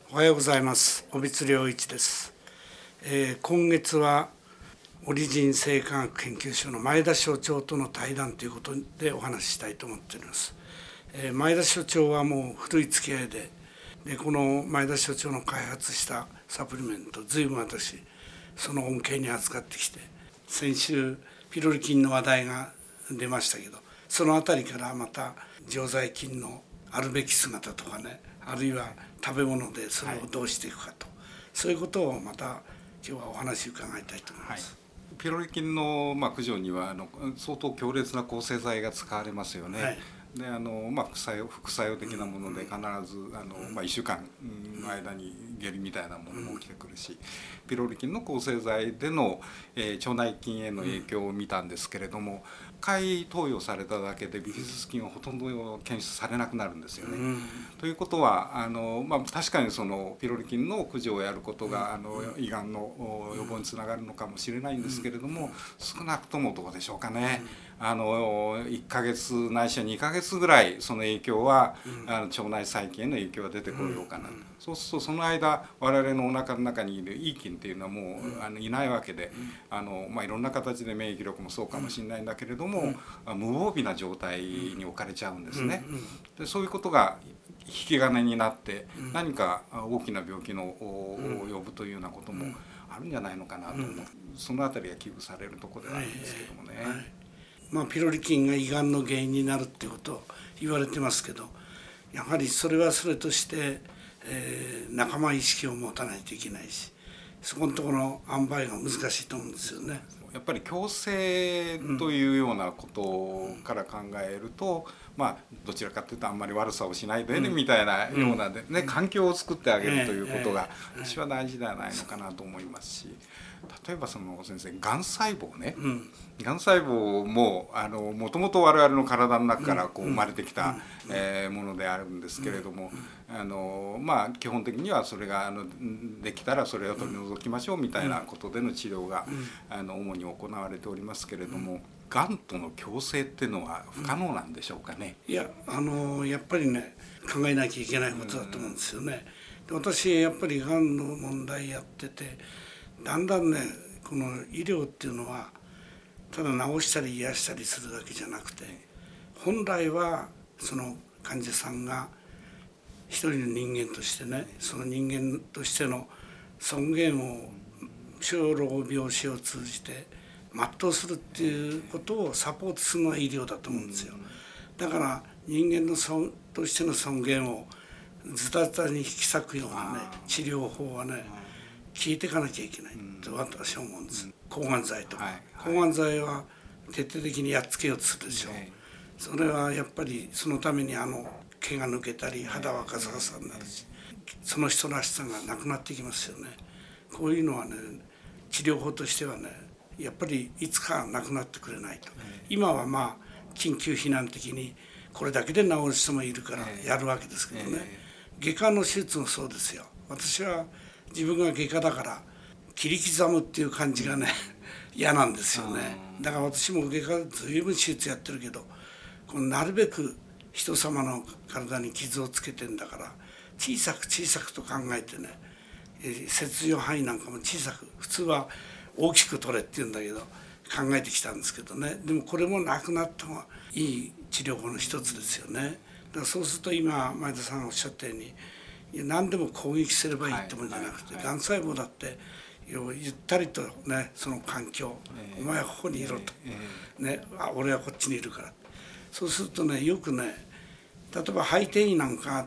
おはようございます。小光良一です。今月はオリジン生化学研究所の前田所長との対談ということでお話ししたいと思っております。前田所長はもう古い付き合いで、この前田所長の開発したサプリメント、随分私その恩恵に扱ってきて、先週ピロリ菌の話題が出ましたけど、そのあたりからまた常在菌のあるべき姿とかね、あるいは食べ物でそれをどうしていくかと、そういうことをまた今日はお話伺いたいと思います。 ピロリ菌の駆除には相当強烈な抗生剤が使われますよね。で副作用的なもので必ず1週間の間に下痢みたいなものも起きてくるし、ピロリ菌の抗生剤での腸内菌への影響を見たんですけれども、1回投与されただけでビフィズス菌はほとんど検出されなくなるんですよね。ということは確かにそのピロリ菌の駆除をやることが胃がんの予防につながるのかもしれないんですけれども、少なくともどうでしょうかね。1ヶ月ないしは2ヶ月ぐらいその影響は、腸内細菌への影響が出てこようかなと。そうするとその間我々のお腹の中にいるいい菌っていうのはもういないわけで、いろんな形で免疫力もそうかもしれないんだけれども、無防備な状態に置かれちゃうんですね。でそういうことが引き金になって何か大きな病気を呼ぶというようなこともあるんじゃないのかなと思う。そのあたりが危惧されるところではあるんですけどもね。 ピロリ菌が胃がんの原因になるっていうことを言われてますけど、やはりそれはそれとして、仲間意識を持たないといけないし、そこのところの塩梅が難しいと思うんですよね。 やっぱり共生というようなことから考えると、どちらかというとあんまり悪さをしないでねみたいなようなね、環境を作ってあげるということが私は大事ではないのかなと思いますし、例えばその先生、がん細胞ね、がん細胞ももともと我々の体の中から生まれてきたものであるんですけれども、基本的にはそれができたらそれを取り除きましょうみたいなことでの治療が主に行われておりますけれども、がんとの共生っていうのは不可能なんでしょうかね。 いややっぱりね、考えなきゃいけないことだと思うんですよね。で私やっぱりがんの問題やってて、だんだんね、この医療っていうのはただ治したり癒したりするだけじゃなくて、本来はその患者さんが一人の人間としてね、その人間としての尊厳を生老病死を通じて全うするっていうことをサポートするのが医療だと思うんですよ。だから人間のとしての尊厳をズタズタに引き裂くようなね、治療法はね、聞いていかなきゃいけないと私は思うんです。抗がん剤とか、抗がん剤は徹底的にやっつけようとするでしょう。それはやっぱりそのために毛が抜けたり肌はガサガサになるし、その人らしさがなくなってきますよね。こういうのはね、治療法としてはね、やっぱりいつかなくなってくれないと。今は緊急避難的にこれだけで治る人もいるからやるわけですけどね、外科の手術もそうですよ。私は自分が外科だから切り刻むっていう感じがね嫌なんですよね。だから私も外科ずいぶん手術やってるけど、なるべく人様の体に傷をつけてんだから小さく小さくと考えてね、切除範囲なんかも小さく、普通は大きく取れって言うんだけど考えてきたんですけどね。でもこれもなくなった方がいい治療法の一つですよね。だからそうすると今前田さんがおっしゃったように、何でも攻撃すればいいってもんじゃなくて、がん細胞だってゆったりとね、その環境、お前はここにいろと、ね、俺はこっちにいるから、そうするとね、よくね、例えば肺転移なんかあって、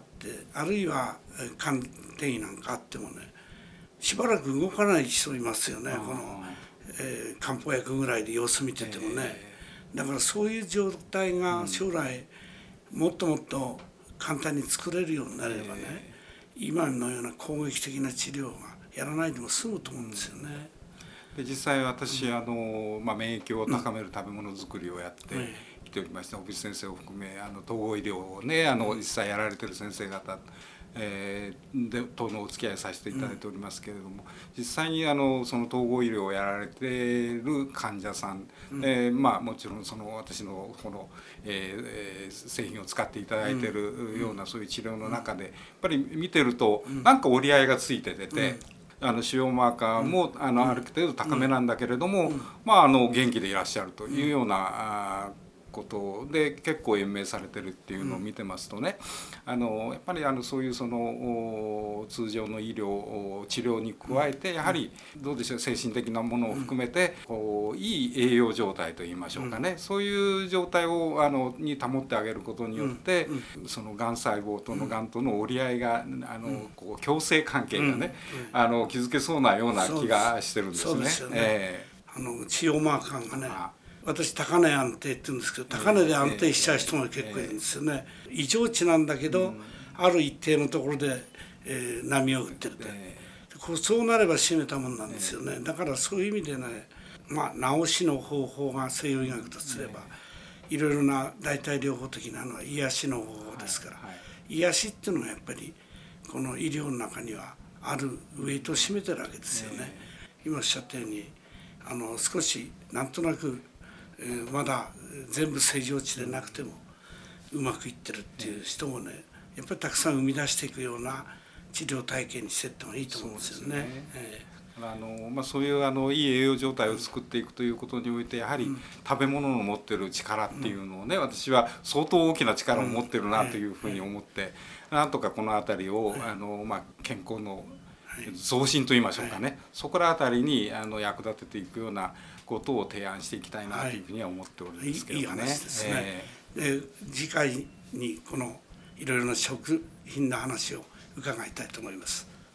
あるいは肝転移なんかあってもね、しばらく動かない人いますよね。この漢方薬ぐらいで様子見ててもね。だからそういう状態が将来もっともっと簡単に作れるようになればね、今のような攻撃的な治療がやらないでも済むと思うんですよね。 で実際私免疫を高める食べ物作りをやってきておりまして、小渕先生を含め統合医療をね実際やられてる先生方とのお付き合いさせていただいておりますけれども、実際にその統合医療をやられている患者さん、もちろん私のこの、製品を使っていただいているようなそういう治療の中でやっぱり見てるとなんか折り合いがついて出て。腫瘍マーカーもある程度高めなんだけれども、元気でいらっしゃるというようなことで結構延命されてるっていうのを見てますとね、やっぱりそういう通常の医療治療に加えてやはりどうでしょう、精神的なものを含めていい栄養状態といいましょうかね、そういう状態をに保ってあげることによってそのがん細胞とのがんとの折り合いが共生関係がね築けそうなような気がしてるんですね。 そうですよね。治療マーカーがね、私高値安定って言うんですけど、高値で安定しちゃう人が結構いるんですよね。異常値なんだけど、ある一定のところで、波を打ってると、そうなれば締めたもんなんですよね。だからそういう意味でね、治しの方法が西洋医学とすれば、いろいろな代替療法的なのは癒しの方法ですから、癒しっていうのがやっぱりこの医療の中にはあるウェイトを占めてるわけですよね。今おっしゃったように少しなんとなくまだ全部正常値でなくてもうまくいってるっていう人もね、やっぱりたくさん生み出していくような治療体系にしていってもいいと思うんですよね。 そういういい栄養状態を作っていくということにおいてやはり食べ物の持ってる力っていうのをね、私は相当大きな力を持ってるなというふうに思って、なんとかこの辺りを健康の増進といいましょうかね、そこら辺りに役立てていくようなことを提案していきたいなというふうには思っておるんですけどね。 いい話ですね。次回にこのいろいろな食品の話を伺いたいと思います。